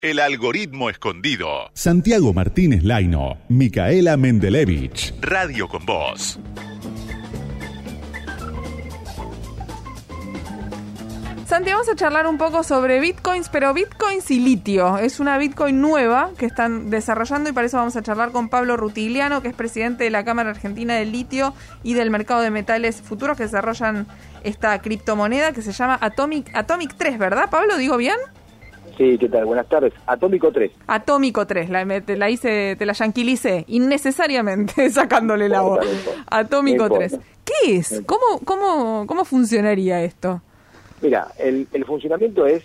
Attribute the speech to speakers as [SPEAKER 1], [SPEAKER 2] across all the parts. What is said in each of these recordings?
[SPEAKER 1] El algoritmo escondido.
[SPEAKER 2] Santiago Martínez Laino, Micaela Mendelevich.
[SPEAKER 1] Radio con Voz.
[SPEAKER 3] Santi, vamos a charlar un poco sobre bitcoins, pero bitcoins y litio. Es una bitcoin nueva que están desarrollando y para eso vamos a charlar con Pablo Rutigliano, que es presidente de la Cámara Argentina del Litio y del Mercado de Metales Futuros, que desarrollan esta criptomoneda que se llama Atomic 3, ¿verdad, Pablo? ¿Digo bien?
[SPEAKER 4] Sí, ¿qué tal? Buenas tardes. Atómico 3.
[SPEAKER 3] Atómico 3, te la yanquilicé innecesariamente sacándole la voz. Atómico 3. ¿Qué es? ¿Cómo funcionaría esto?
[SPEAKER 4] Mira, el funcionamiento es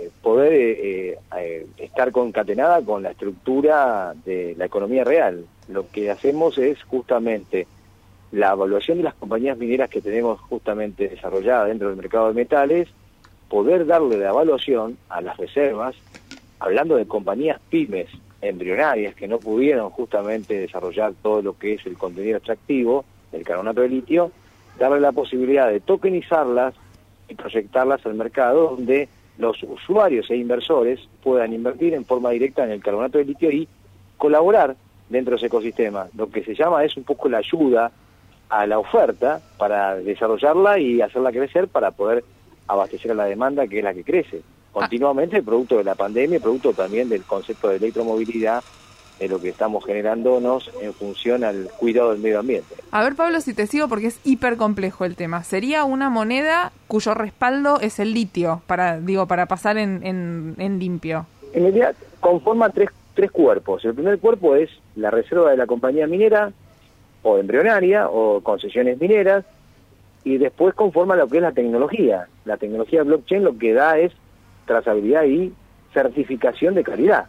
[SPEAKER 4] poder estar concatenada con la estructura de la economía real. Lo que hacemos es justamente la evaluación de las compañías mineras que tenemos justamente desarrolladas dentro del mercado de metales, poder darle la evaluación a las reservas, hablando de compañías pymes embrionarias que no pudieron justamente desarrollar todo lo que es el contenido extractivo del carbonato de litio, darle la posibilidad de tokenizarlas y proyectarlas al mercado donde los usuarios e inversores puedan invertir en forma directa en el carbonato de litio y colaborar dentro de ese ecosistema. Lo que se llama es un poco la ayuda a la oferta para desarrollarla y hacerla crecer para poder abastecer a la demanda, que es la que crece continuamente, producto de la pandemia, producto también del concepto de electromovilidad, de lo que estamos generándonos en función al cuidado del medio ambiente.
[SPEAKER 3] A ver, Pablo, si te sigo, porque es hiper complejo el tema. Sería una moneda cuyo respaldo es el litio, para pasar en limpio.
[SPEAKER 4] En realidad conforma tres cuerpos. El primer cuerpo es la reserva de la compañía minera, o embrionaria, o concesiones mineras, y después conforma lo que es la tecnología. La tecnología blockchain lo que da es trazabilidad y certificación de calidad.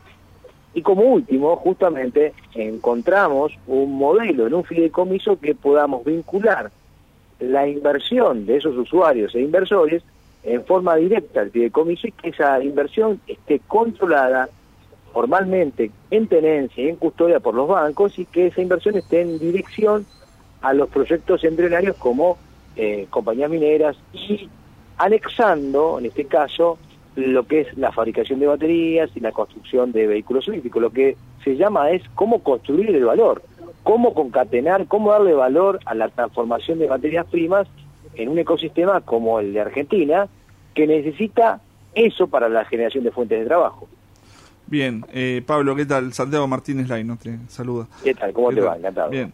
[SPEAKER 4] Y como último, justamente, encontramos un modelo en un fideicomiso que podamos vincular la inversión de esos usuarios e inversores en forma directa al fideicomiso y que esa inversión esté controlada formalmente en tenencia y en custodia por los bancos y que esa inversión esté en dirección a los proyectos embrionarios como compañías mineras y anexando, en este caso, lo que es la fabricación de baterías y la construcción de vehículos eléctricos. Lo que se llama es cómo construir el valor, cómo concatenar, cómo darle valor a la transformación de materias primas en un ecosistema como el de Argentina, que necesita eso para la generación de fuentes de trabajo.
[SPEAKER 5] Bien, Pablo, ¿qué tal? Santiago Martínez Laino te saluda.
[SPEAKER 4] ¿Qué tal? ¿Cómo te va? Encantado.
[SPEAKER 5] Bien.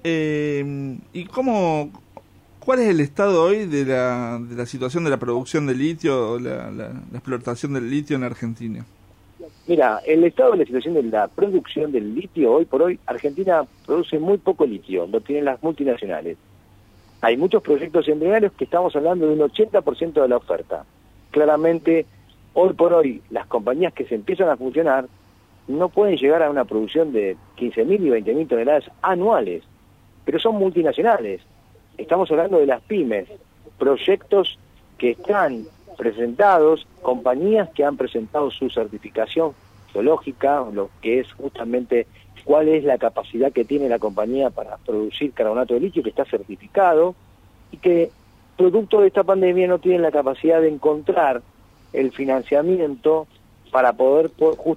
[SPEAKER 5] ¿Y cuál es el estado hoy de la situación de la producción de litio, la explotación del litio en Argentina?
[SPEAKER 4] Mira, el estado de la situación de la producción del litio, hoy por hoy, Argentina produce muy poco litio, lo tienen las multinacionales. Hay muchos proyectos embrionarios que estamos hablando de un 80% de la oferta. Claramente, hoy por hoy, las compañías que se empiezan a funcionar no pueden llegar a una producción de 15.000 y 20.000 toneladas anuales, pero son multinacionales. Estamos hablando de las pymes, proyectos que están presentados, compañías que han presentado su certificación geológica, lo que es justamente cuál es la capacidad que tiene la compañía para producir carbonato de litio, que está certificado, y que producto de esta pandemia no tienen la capacidad de encontrar el financiamiento para poder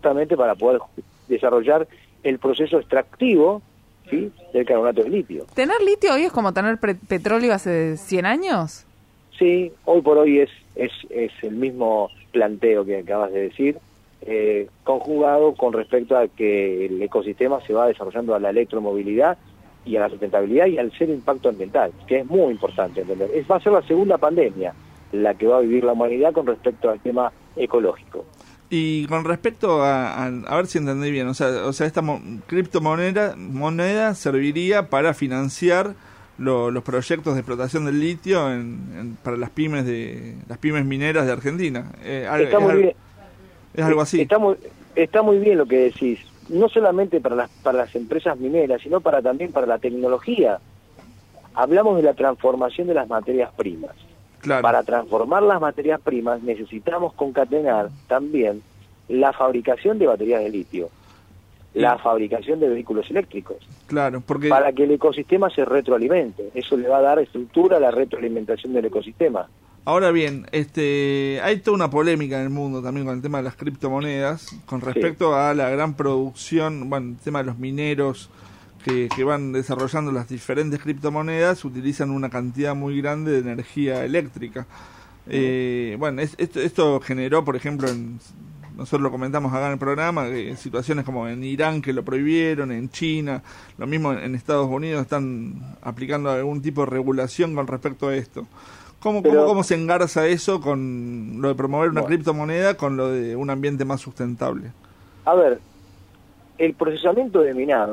[SPEAKER 4] desarrollar el proceso extractivo, ¿sí?, del carbonato de litio.
[SPEAKER 3] ¿Tener litio hoy es como tener petróleo hace 100 años?
[SPEAKER 4] Sí, hoy por hoy es el mismo planteo que acabas de decir, conjugado con respecto a que el ecosistema se va desarrollando a la electromovilidad y a la sustentabilidad y al cero impacto ambiental, que es muy importante entender. Va a ser la segunda pandemia la que va a vivir la humanidad con respecto al tema ecológico.
[SPEAKER 5] Y con respecto a ver si entendí bien, o sea esta criptomoneda serviría para financiar los proyectos de explotación del litio para las pymes mineras de Argentina.
[SPEAKER 4] Está muy bien.
[SPEAKER 5] Es algo así.
[SPEAKER 4] Está muy bien lo que decís, no solamente para las empresas mineras, sino también para la tecnología. Hablamos de la transformación de las materias primas.
[SPEAKER 5] Claro.
[SPEAKER 4] Para transformar las materias primas necesitamos concatenar también la fabricación de baterías de litio, la fabricación de vehículos eléctricos.
[SPEAKER 5] Claro, porque
[SPEAKER 4] para que el ecosistema se retroalimente. Eso le va a dar estructura a la retroalimentación del ecosistema.
[SPEAKER 5] Ahora bien, hay toda una polémica en el mundo también con el tema de las criptomonedas, con respecto a la gran producción, bueno, el tema de los mineros que van desarrollando las diferentes criptomonedas, utilizan una cantidad muy grande de energía eléctrica. Bueno, esto generó, por ejemplo, nosotros lo comentamos acá en el programa, situaciones como en Irán, que lo prohibieron, en China, lo mismo en Estados Unidos, están aplicando algún tipo de regulación con respecto a esto. ¿Cómo se engarza eso con lo de promover una criptomoneda con lo de un ambiente más sustentable?
[SPEAKER 4] A ver, el procesamiento de minado,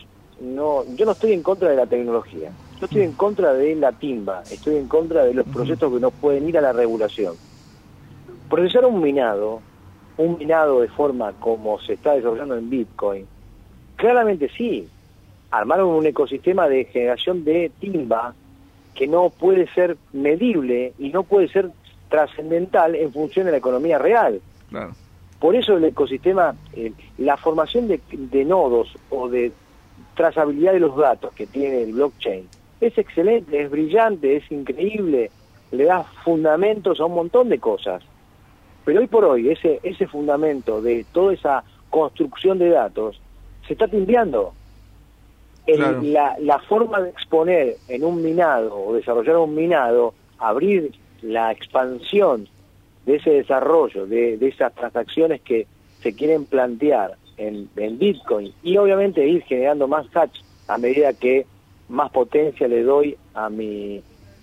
[SPEAKER 4] yo no estoy en contra de la tecnología, yo estoy en contra de la timba, estoy en contra de los procesos que no pueden ir a la regulación. Procesar un minado de forma como se está desarrollando en Bitcoin, claramente sí, armaron un ecosistema de generación de timba que no puede ser medible y no puede ser trascendental en función de la economía real.
[SPEAKER 5] Claro.
[SPEAKER 4] Por eso el ecosistema, la formación de nodos o de trazabilidad de los datos que tiene el blockchain es excelente, es brillante, es increíble, le da fundamentos a un montón de cosas. Pero hoy por hoy ese fundamento de toda esa construcción de datos se está timbiando.
[SPEAKER 5] Claro.
[SPEAKER 4] La forma de exponer en un minado o desarrollar un minado, abrir la expansión de ese desarrollo, de esas transacciones que se quieren plantear en Bitcoin, y obviamente ir generando más hash a medida que más potencia le doy a mi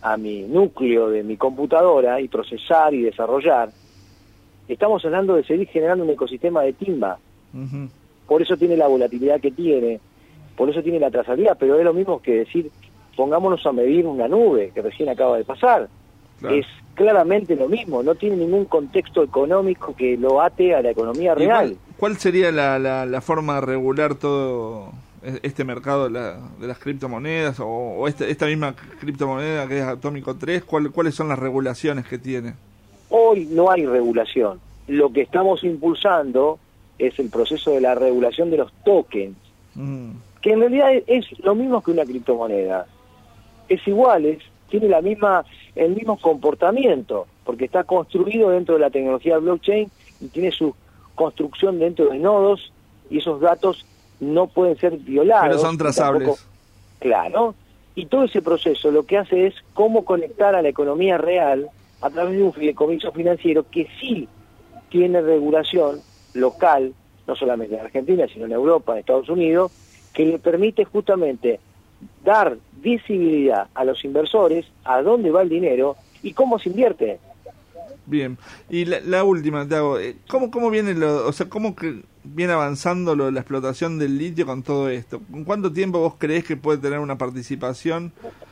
[SPEAKER 4] núcleo de mi computadora y procesar y desarrollar, estamos hablando de seguir generando un ecosistema de timba.
[SPEAKER 5] Uh-huh.
[SPEAKER 4] Por eso tiene la volatilidad que tiene, por eso tiene la trazabilidad, pero es lo mismo que decir, pongámonos a medir una nube que recién acaba de pasar. Claro. Es claramente lo mismo, no tiene ningún contexto económico que lo ate a la economía real.
[SPEAKER 5] ¿Cuál sería la forma de regular todo este mercado de las criptomonedas o esta misma criptomoneda que es Atómico 3? ¿Cuáles son las regulaciones que tiene?
[SPEAKER 4] Hoy no hay regulación. Lo que estamos impulsando es el proceso de la regulación de los tokens, que en realidad es lo mismo que una criptomoneda. Es igual, tiene el mismo comportamiento, porque está construido dentro de la tecnología blockchain y tiene su construcción dentro de nodos, y esos datos no pueden ser violados.
[SPEAKER 5] Pero son trazables.
[SPEAKER 4] Claro. Y todo ese proceso lo que hace es cómo conectar a la economía real a través de un fideicomiso financiero que sí tiene regulación local, no solamente en Argentina, sino en Europa, en Estados Unidos, que le permite justamente dar visibilidad a los inversores a dónde va el dinero y cómo se invierte.
[SPEAKER 5] Bien, y la última te hago, ¿cómo viene cómo que viene avanzando la explotación del litio con todo esto? ¿En cuánto tiempo vos creés que puede tener una participación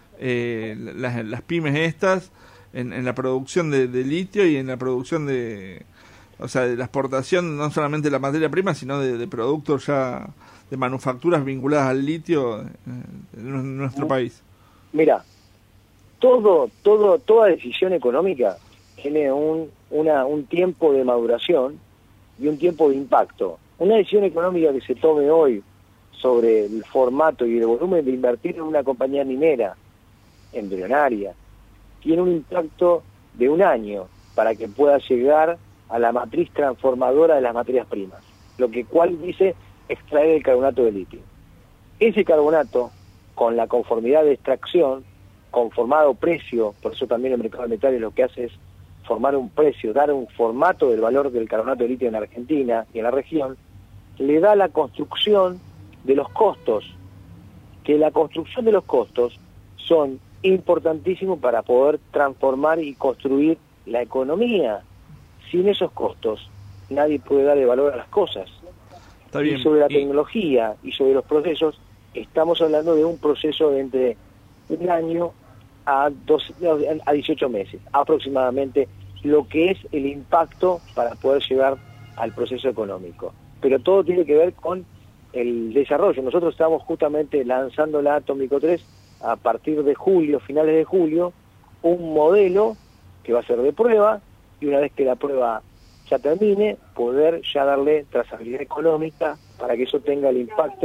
[SPEAKER 5] las pymes estas en la producción de litio y en la producción de la exportación no solamente de la materia prima, sino de productos ya de manufacturas vinculadas al litio en nuestro país? Mira,
[SPEAKER 4] toda decisión económica tiene un tiempo de maduración y un tiempo de impacto. Una decisión económica que se tome hoy sobre el formato y el volumen de invertir en una compañía minera embrionaria tiene un impacto de un año para que pueda llegar a la matriz transformadora de las materias primas, cual dice extraer el carbonato de litio. Ese carbonato, con la conformidad de extracción, conformado precio, por eso también el mercado de metales lo que hace es formar un precio, dar un formato del valor del carbonato de litio en Argentina y en la región, le da la construcción de los costos, que la construcción de los costos son importantísimos para poder transformar y construir la economía. Sin esos costos, nadie puede darle valor a las cosas.
[SPEAKER 5] Está bien.
[SPEAKER 4] Y sobre la tecnología y sobre los procesos, estamos hablando de un proceso de entre un año a 18 meses, aproximadamente, lo que es el impacto para poder llegar al proceso económico. Pero todo tiene que ver con el desarrollo. Nosotros estamos justamente lanzando la Atómico 3 a partir de julio, finales de julio, un modelo que va a ser de prueba, y una vez que la prueba ya termine, poder ya darle trazabilidad económica para que eso tenga el impacto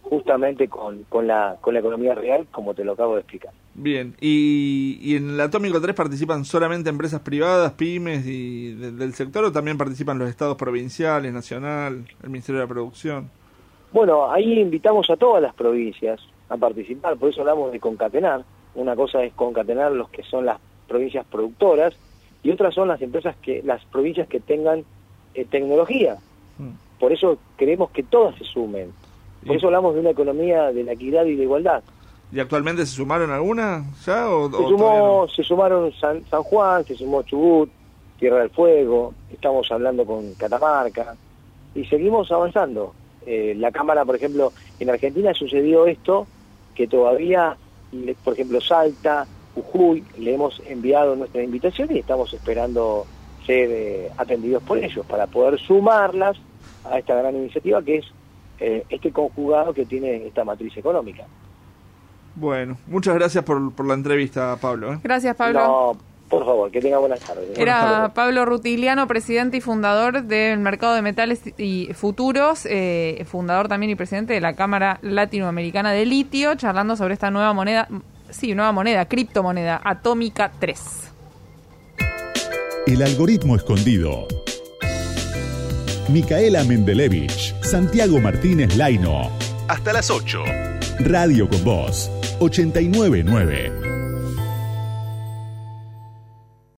[SPEAKER 4] justamente con la economía real, como te lo acabo de explicar.
[SPEAKER 5] Bien, y en el Atómico 3 participan solamente empresas privadas, pymes y del sector, o también participan los estados provinciales, nacional, el Ministerio de la Producción.
[SPEAKER 4] Bueno, ahí invitamos a todas las provincias a participar, por eso hablamos de concatenar. Una cosa es concatenar los que son las provincias productoras y otras son las provincias que tengan tecnología. Por eso queremos que todas se sumen. Por eso hablamos de una economía de la equidad y la igualdad.
[SPEAKER 5] ¿Y actualmente se sumaron algunas ya?
[SPEAKER 4] Se sumaron San Juan, se sumó Chubut, Tierra del Fuego, estamos hablando con Catamarca y seguimos avanzando. La Cámara, por ejemplo, en Argentina sucedió esto, que todavía, por ejemplo, Salta, Jujuy, le hemos enviado nuestra invitación y estamos esperando ser atendidos por ellos para poder sumarlas a esta gran iniciativa que es este conjugado que tiene esta matriz económica.
[SPEAKER 5] Bueno, muchas gracias por la entrevista, Pablo.
[SPEAKER 3] Gracias, Pablo.
[SPEAKER 4] No, por favor, que tenga buenas tardes.
[SPEAKER 3] Era Pablo Rutiliano, presidente y fundador del Mercado de Metales y Futuros, fundador también y presidente de la Cámara Latinoamericana de Litio, charlando sobre esta nueva moneda, criptomoneda, Atómica 3.
[SPEAKER 2] El algoritmo escondido. Micaela Mendelevich, Santiago Martínez Laino.
[SPEAKER 1] Hasta las 8.
[SPEAKER 2] Radio con Voz, 89.9.